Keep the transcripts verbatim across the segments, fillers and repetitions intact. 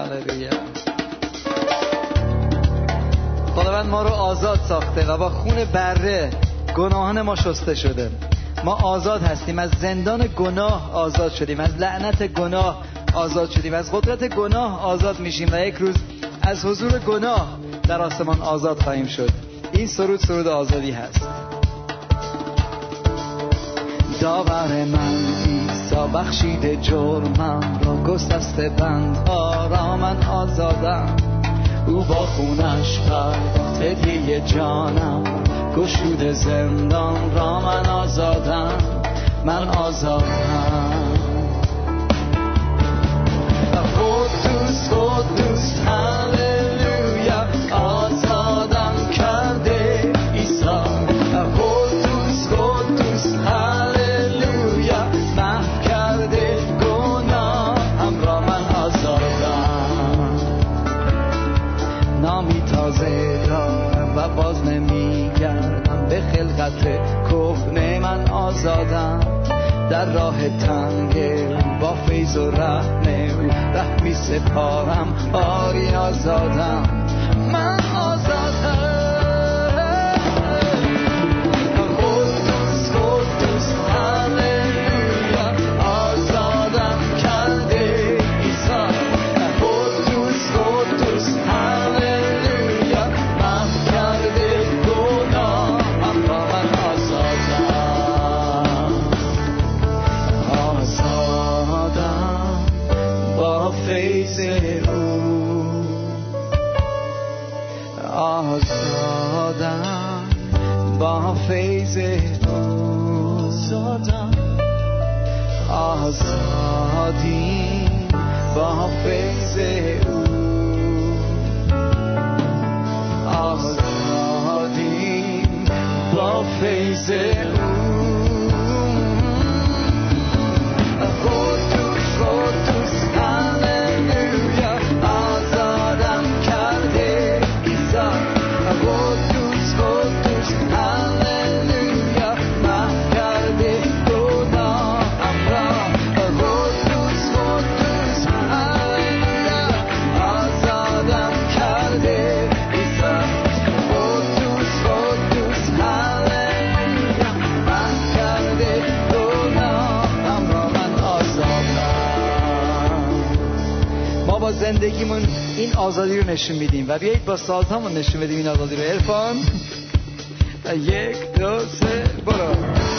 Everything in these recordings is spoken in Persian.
هاللویا. خداوند ما رو آزاد ساخته و با خون بره گناهان ما شسته شده. ما آزاد هستیم، از زندان گناه آزاد شدیم، از لعنت گناه آزاد شدیم، از قدرت گناه آزاد میشیم و یک روز از حضور گناه در آسمان آزاد خواهیم شد. این سرود سرود آزادی هست. داور من عیسی بخشید جرمم را، گسسته بندها را من آزادم. او با خونش پرداخت هدیه جانم، گشود زندان را من آزادم. من آزادم. قدوس قدوس هللویا، آزادم کرده عیسی. قدوس قدوس هللویا، محو کرده گناهم را من آزادم. نامی تازه دارم و باز نمیگردم، به خلقت کهنه من آزادم. در راه تنگ با فیض و رحم ره می سپارم، آری آزادم. من آزادم. قدوس قدوس هللویا، آزادم کرده عیسی. قدوس قدوس هللویا، محو کرده گناهم را من آزادم. آزادم با فیض او، آزادم با فیض او. آزادم، آزادیم با فیض او. آزادیم با فیض او. زندگیمون این آزادی رو نشون میدیم و بیایید با سازهامون نشون بدیم این آزادی رو. عرفان یک دو سه برو.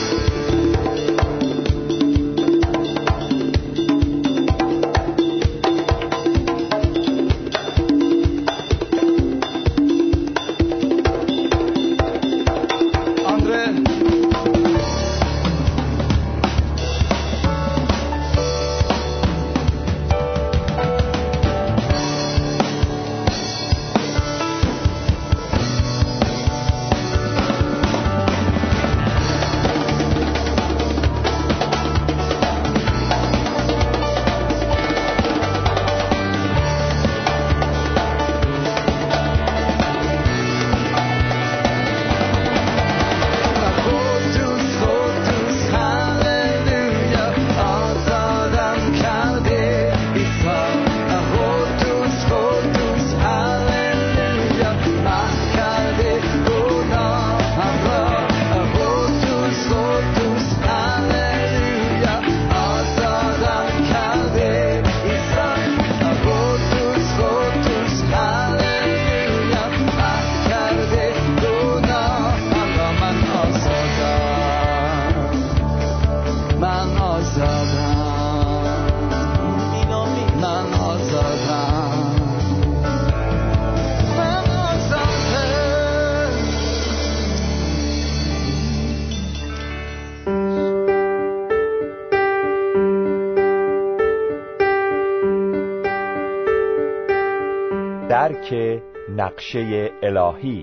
درک نقشه الهی.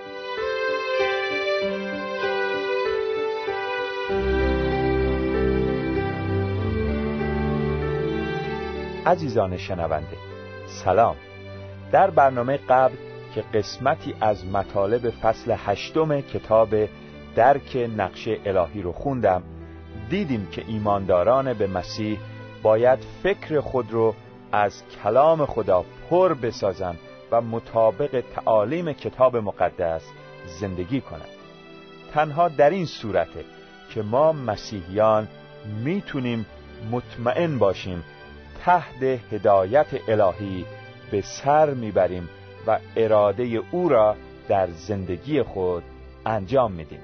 عزیزان شنونده سلام. در برنامه قبل که قسمتی از مطالب فصل هشتم کتاب درک نقشه الهی رو خوندم، دیدیم که ایمانداران به مسیح باید فکر خود رو از کلام خدا پر بسازند و مطابق تعالیم کتاب مقدس زندگی کنند. تنها در این صورته که ما مسیحیان میتونیم مطمئن باشیم تحت هدایت الهی به سر میبریم و اراده او را در زندگی خود انجام میدیم.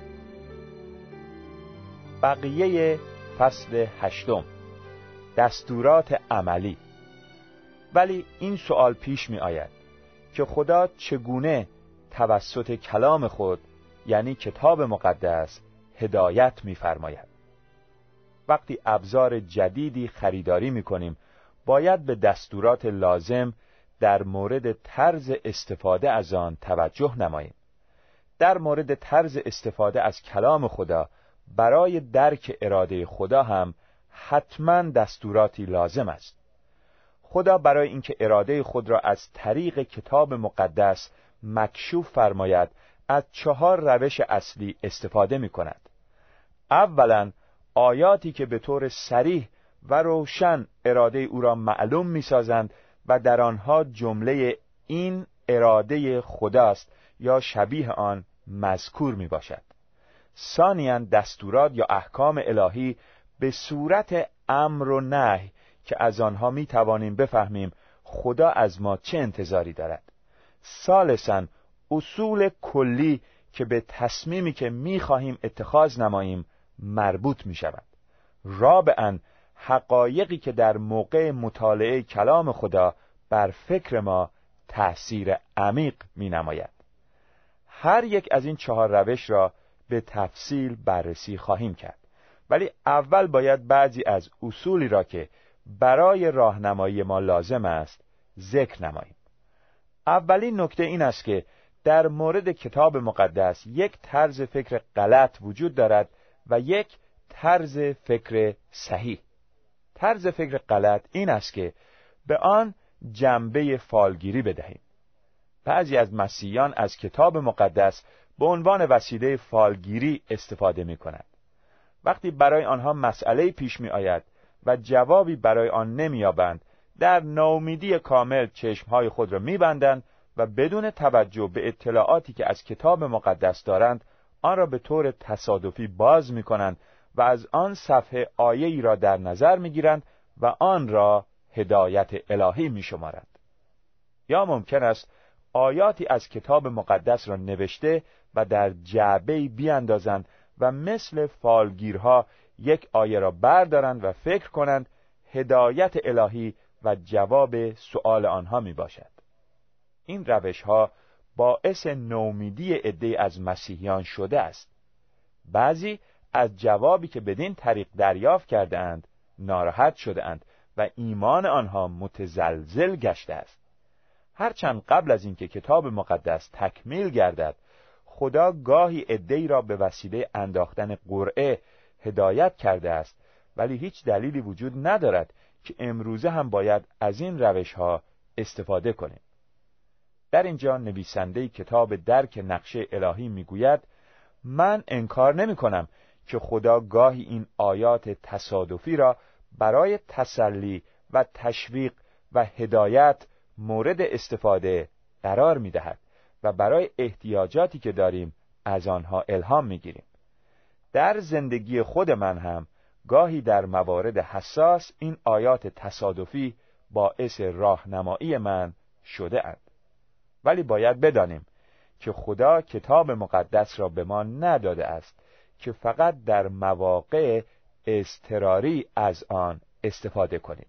بقیه فصل هشتم، دستورات عملی. ولی این سوال پیش می آید که خدا چگونه توسط کلام خود یعنی کتاب مقدس هدایت می فرماید؟ وقتی ابزار جدیدی خریداری می کنیم باید به دستورات لازم در مورد طرز استفاده از آن توجه نماییم. در مورد طرز استفاده از کلام خدا برای درک اراده خدا هم حتما دستوراتی لازم است. خدا برای اینکه اراده خود را از طریق کتاب مقدس مکشوف فرماید از چهار روش اصلی استفاده می کند. اولا آیاتی که به طور صریح و روشن اراده او را معلوم می سازند و در آنها جمله این اراده خداست یا شبیه آن مذکور می باشد. ثانیاً دستورات یا احکام الهی به صورت امر و نهی که از آنها می توانیم بفهمیم خدا از ما چه انتظاری دارد. ثالثاً اصول کلی که به تصمیمی که می خواهیم اتخاذ نماییم مربوط می شود. رابعاً حقایقی که در موقع مطالعه کلام خدا بر فکر ما تأثیر عمیق می نماید. هر یک از این چهار روش را به تفصیل بررسی خواهیم کرد، ولی اول باید بعضی از اصولی را که برای راهنمایی ما لازم است ذکر نماییم. اولین نکته این است که در مورد کتاب مقدس یک طرز فکر غلط وجود دارد و یک طرز فکر صحیح. طرز فکر غلط این است که به آن جنبه فالگیری بدهیم. بعضی از مسیحیان از کتاب مقدس به عنوان وسیله فالگیری استفاده می کنند. وقتی برای آنها مسئله پیش می آید و جوابی برای آن نمی یابند، در ناامیدی کامل چشمهای خود را می بندند و بدون توجه به اطلاعاتی که از کتاب مقدس دارند آن را به طور تصادفی باز می کنند و از آن صفحه آیه‌ای را در نظر می گیرند و آن را هدایت الهی می شمارند. یا ممکن است آیاتی از کتاب مقدس را نوشته و در جعبه‌ای بیاندازند و مثل فالگیرها یک آیه را بردارند و فکر کنند هدایت الهی و جواب سؤال آنها می باشد. این روش‌ها باعث نومیدی عده‌ای از مسیحیان شده است. بعضی از جوابی که بدین طریق دریافت کرده اند ناراحت شده اند و ایمان آنها متزلزل گشته است. هرچند قبل از اینکه کتاب مقدس تکمیل گردد خدا گاهی عده‌ای را به وسیله انداختن قرعه هدایت کرده است، ولی هیچ دلیلی وجود ندارد که امروزه هم باید از این روش‌ها استفاده کنیم. در اینجا نویسنده کتاب درک نقشه الهی میگوید من انکار نمی کنم که خدا گاهی این آیات تصادفی را برای تسلی و تشویق و هدایت مورد استفاده قرار می دهد و برای احتیاجاتی که داریم از آنها الهام می گیریم. در زندگی خود من هم گاهی در موارد حساس این آیات تصادفی باعث راهنمایی من شده اند. ولی باید بدانیم که خدا کتاب مقدس را به ما نداده است که فقط در مواقع اضطراری از آن استفاده کنیم.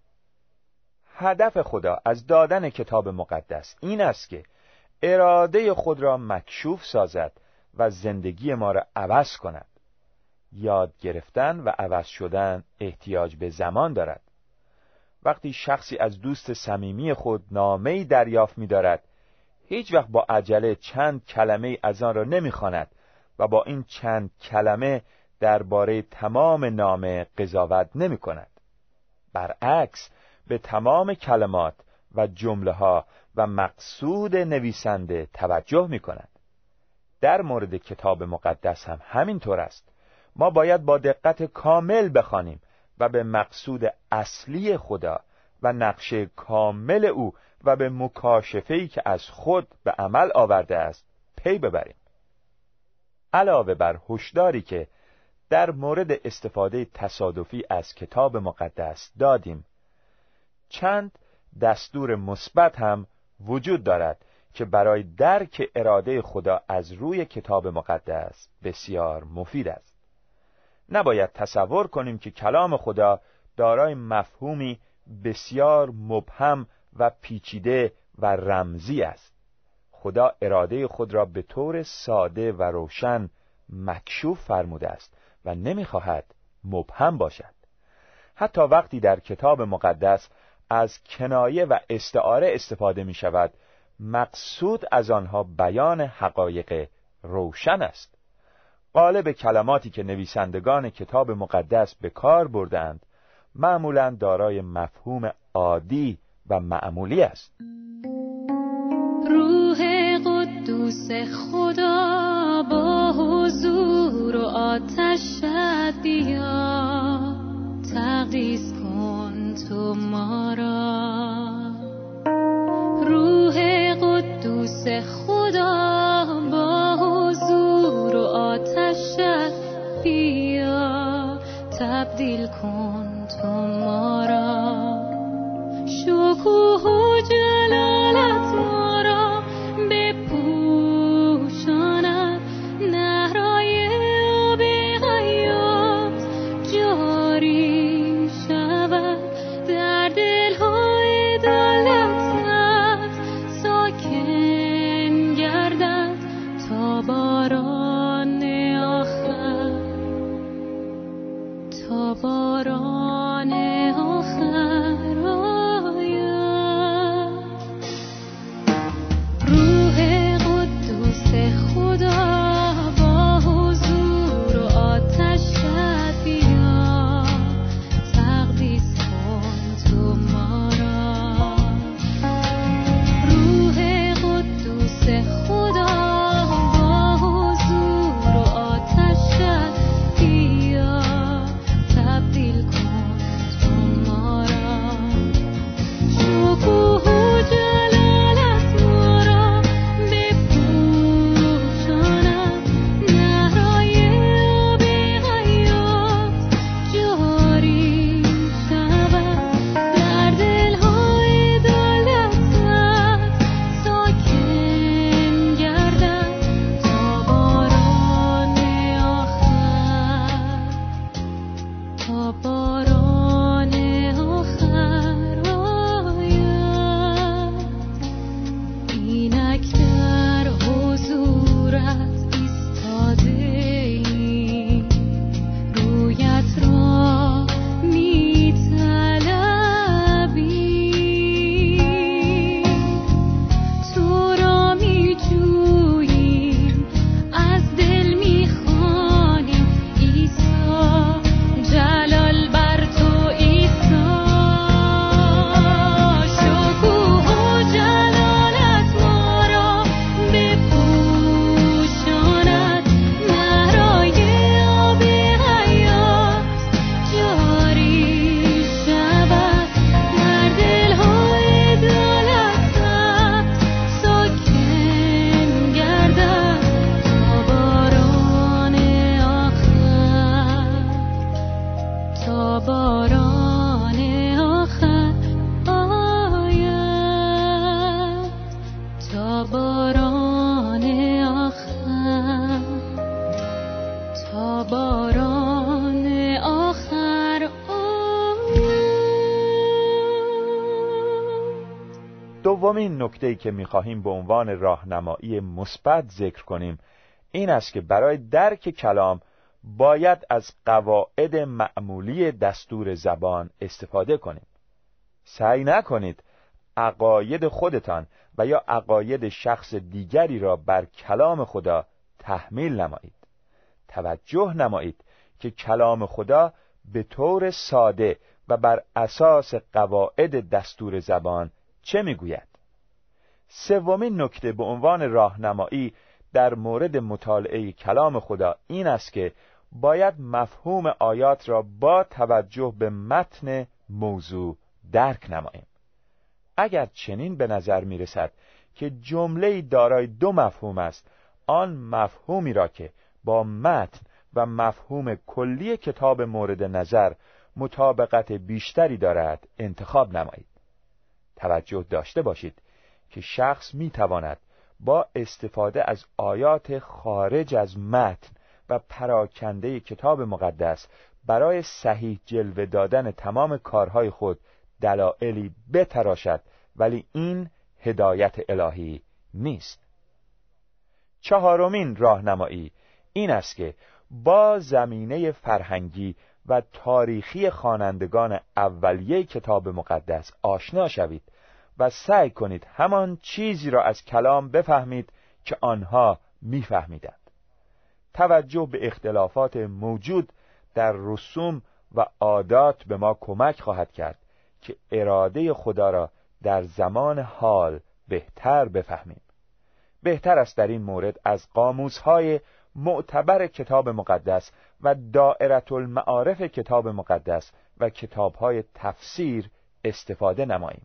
هدف خدا از دادن کتاب مقدس این است که اراده خود را مکشوف سازد و زندگی ما را عوض کند. یاد گرفتن و عوض شدن احتیاج به زمان دارد. وقتی شخصی از دوست صمیمی خود نامه‌ای دریافت می‌دارد، هیچ وقت با عجله چند کلمه از آن را نمی‌خواند و با این چند کلمه درباره تمام نامه قضاوت نمی‌کند. برعکس به تمام کلمات و جمله‌ها و مقصود نویسنده توجه می‌کند. در مورد کتاب مقدس هم همینطور است. ما باید با دقت کامل بخوانیم و به مقصود اصلی خدا و نقشه کامل او و به مکاشفه‌ای که از خود به عمل آورده است پی ببریم. علاوه بر هشداری که در مورد استفاده تصادفی از کتاب مقدس دادیم، چند دستور مثبت هم وجود دارد که برای درک اراده خدا از روی کتاب مقدس بسیار مفید است. نباید تصور کنیم که کلام خدا دارای مفهومی بسیار مبهم و پیچیده و رمزی است. خدا اراده خود را به طور ساده و روشن مکشوف فرموده است و نمی‌خواهد مبهم باشد. حتی وقتی در کتاب مقدس از کنایه و استعاره استفاده می شود، مقصود از آنها بیان حقایق روشن است. غالب کلماتی که نویسندگان کتاب مقدس به کار بردند معمولاً دارای مفهوم عادی و معمولی است. روح قدوس خدا با حضور و آتشت بیا، تقدیس کن تو ما را. روح قدوس خدا با حضور و آتشت بیا، تبدیل کن تو ما را. شکوه و جلالت ما را بپوشاند، نهرای آب حیات جاری شود، در دل‌های دلت ساکن گردد تا باران آخر، تا باران آخر. دومین نکته‌ای که می‌خواهیم به عنوان راهنمایی مثبت ذکر کنیم این است که برای درک کلام باید از قواعد معمولی دستور زبان استفاده کنیم. سعی نکنید عقاید خودتان و یا عقاید شخص دیگری را بر کلام خدا تحمیل نمایید. توجه نمایید که کلام خدا به طور ساده و بر اساس قواعد دستور زبان چه میگوید. سومین نکته به عنوان راهنمایی در مورد مطالعه کلام خدا این است که باید مفهوم آیات را با توجه به متن موضوع درک نماییم. اگر چنین به نظر می رسد که جمله‌ای دارای دو مفهوم است، آن مفهومی را که با متن و مفهوم کلی کتاب مورد نظر مطابقت بیشتری دارد انتخاب نمایید. توجه داشته باشید که شخص می تواند با استفاده از آیات خارج از متن و پراکنده کتاب مقدس برای صحیح جلوه دادن تمام کارهای خود دلایلی بتراشد، ولی این هدایت الهی نیست. چهارمین راهنمایی این است که با زمینه فرهنگی و تاریخی خوانندگان اولیه کتاب مقدس آشنا شوید و سعی کنید همان چیزی را از کلام بفهمید که آنها میفهمیدند. توجه به اختلافات موجود در رسوم و عادات به ما کمک خواهد کرد که اراده خدا را در زمان حال بهتر بفهمیم. بهتر است در این مورد از قاموس‌های معتبر کتاب مقدس و دائره المعارف کتاب مقدس و کتاب‌های تفسیر استفاده نماییم.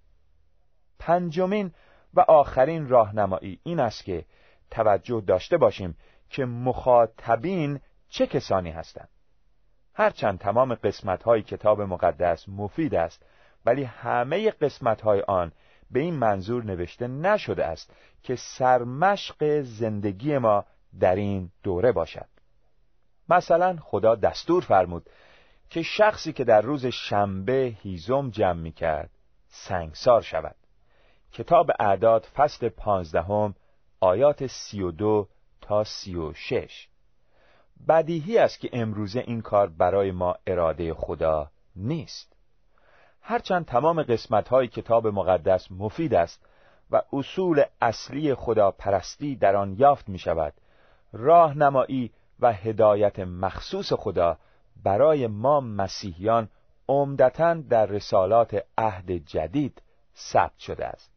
پنجمین و آخرین راهنمایی این است که توجه داشته باشیم که مخاطبین چه کسانی هستند. هرچند تمام قسمت‌های کتاب مقدس مفید است، ولی همه قسمت‌های آن به این منظور نوشته نشده است که سرمشق زندگی ما در این دوره باشد. مثلا خدا دستور فرمود که شخصی که در روز شنبه هیزم جمع می‌کرد سنگسار شود. کتاب اعداد فصل پانزدهم آیات سی و دو تا سی و شش. بدیهی است که امروزه این کار برای ما اراده خدا نیست. هرچند تمام قسمت‌های کتاب مقدس مفید است و اصول اصلی خدا پرستی در آن یافت می شود، راهنمایی و هدایت مخصوص خدا برای ما مسیحیان عمدتاً در رسالات عهد جدید ثبت شده است.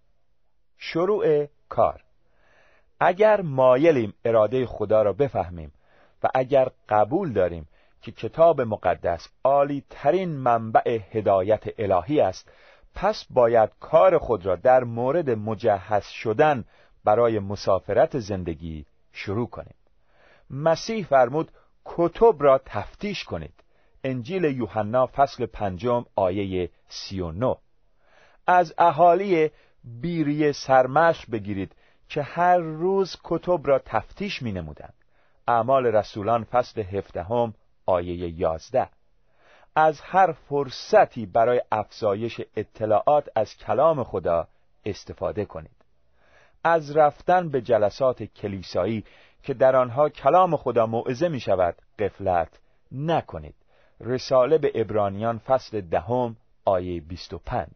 شروع کار. اگر مایلیم اراده خدا را بفهمیم و اگر قبول داریم که کتاب مقدس عالی ترین منبع هدایت الهی است، پس باید کار خود را در مورد مجهز شدن برای مسافرت زندگی شروع کنیم. مسیح فرمود کتب را تفتیش کنید. انجیل یوحنا فصل پنجم آیه سی و نه. از اهالی بیریه سرمشق بگیرید که هر روز کتب را تفتیش می نمودند. اعمال رسولان فصل هفدهم آیه یازده. از هر فرصتی برای افزایش اطلاعات از کلام خدا استفاده کنید. از رفتن به جلسات کلیسایی که در آنها کلام خدا موعظه می شود غفلت نکنید. رساله به عبرانیان فصل دهم آیه بیست و پنج.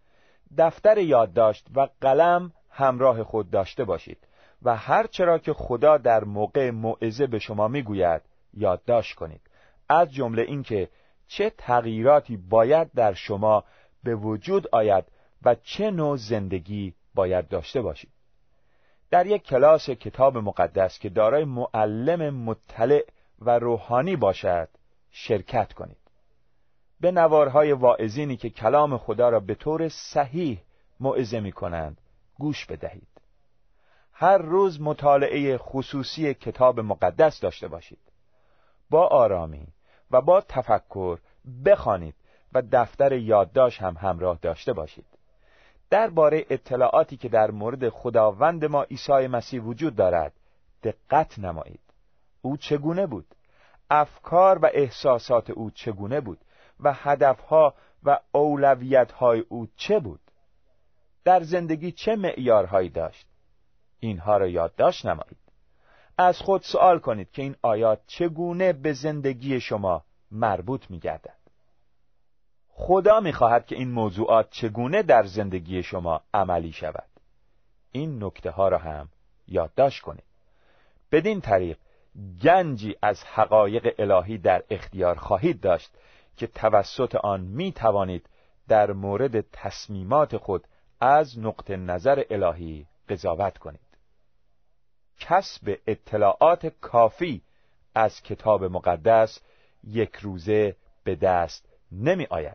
دفتر یادداشت و قلم همراه خود داشته باشید و هر چرا که خدا در موقع موعظه به شما می گوید یادداشت کنید، از جمله این که چه تغییراتی باید در شما به وجود آید و چه نوع زندگی باید داشته باشید. در یک کلاس کتاب مقدس که دارای معلم مطلع و روحانی باشد شرکت کنید. به نوارهای واعظینی که کلام خدا را به طور صحیح موعظه می کنند گوش بدهید. هر روز مطالعه خصوصی کتاب مقدس داشته باشید. با آرامی و با تفکر بخوانید و دفتر یادداشت هم همراه داشته باشید. درباره اطلاعاتی که در مورد خداوند ما عیسی مسیح وجود دارد دقت نمایید. او چگونه بود؟ افکار و احساسات او چگونه بود؟ و هدفها و اولویت‌های او چه بود؟ در زندگی چه معیارهایی داشت؟ اینها را یادداشت نمایید. از خود سوال کنید که این آیات چگونه به زندگی شما مربوط می‌گردد. خدا می‌خواهد که این موضوعات چگونه در زندگی شما عملی شود. این نکته‌ها را هم یادداشت کنید. بدین طریق گنجی از حقایق الهی در اختیار خواهید داشت که توسط آن می توانید در مورد تصمیمات خود از نقطه نظر الهی قضاوت کنید. کسب اطلاعات کافی از کتاب مقدس یک روزه به دست نمی آید،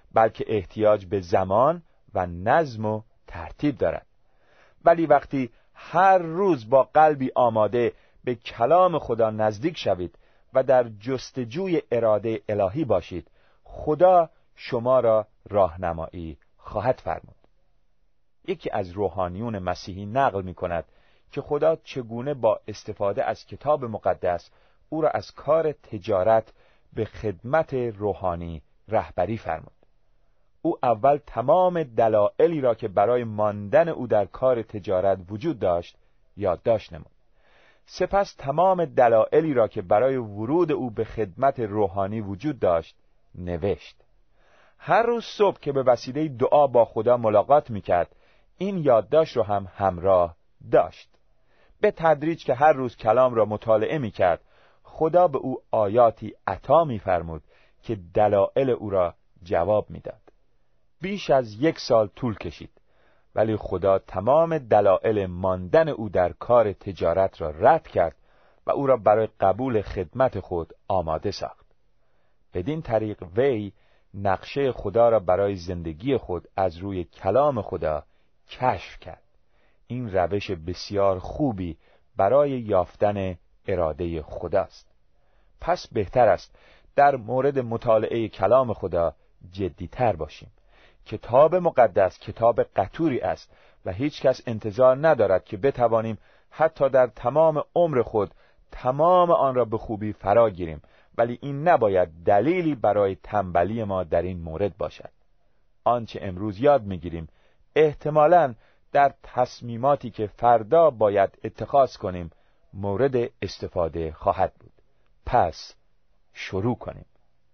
بلکه احتیاج به زمان و نظم و ترتیب دارد. ولی وقتی هر روز با قلبی آماده به کلام خدا نزدیک شوید و در جستجوی اراده الهی باشید، خدا شما را راهنمایی خواهد فرمود. یکی از روحانیون مسیحی نقل می کند که خدا چگونه با استفاده از کتاب مقدس او را از کار تجارت به خدمت روحانی رهبری فرمود. او اول تمام دلایلی را که برای ماندن او در کار تجارت وجود داشت یادداشت نمود. سپس تمام دلایلی را که برای ورود او به خدمت روحانی وجود داشت نوشت. هر روز صبح که به وسیله دعا با خدا ملاقات میکرد، این یادداشت را هم همراه داشت. به تدریج که هر روز کلام را مطالعه میکرد، خدا به او آیاتی عطا میفرمود که دلایل او را جواب میداد. بیش از یک سال طول کشید، ولی خدا تمام دلایل ماندن او در کار تجارت را رد کرد و او را برای قبول خدمت خود آماده ساخت. بدین طریق وی نقشه خدا را برای زندگی خود از روی کلام خدا کشف کرد. این روش بسیار خوبی برای یافتن اراده خداست. پس بهتر است در مورد مطالعه کلام خدا جدی‌تر باشیم. کتاب مقدس کتاب قطوری است و هیچ کس انتظار ندارد که بتوانیم حتی در تمام عمر خود تمام آن را به خوبی فرا گیریم، ولی این نباید دلیلی برای تنبلی ما در این مورد باشد. آنچه امروز یاد میگیریم احتمالاً در تصمیماتی که فردا باید اتخاذ کنیم مورد استفاده خواهد بود. پس شروع کنیم.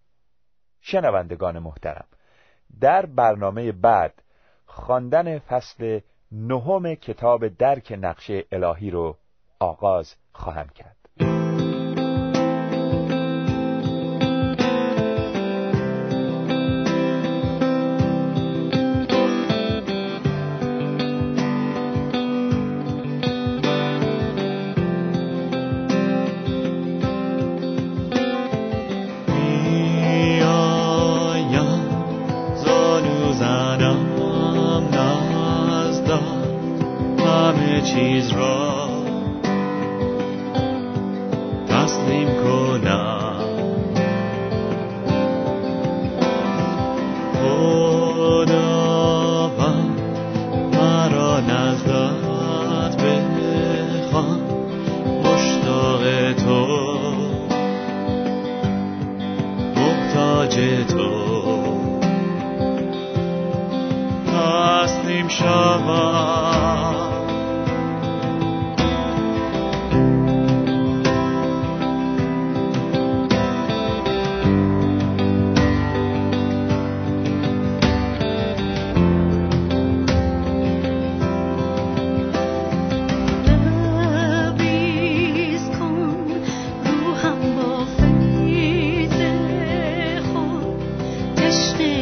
شنوندگان محترم، در برنامه بعد خواندن فصل نهم کتاب درک نقشه الهی رو آغاز خواهم کرد. چیز را تسلیم کنم، خداوند مرا نزدت بخوان، مشتاق تو، محتاج تو، تسلیم شوم. تشنه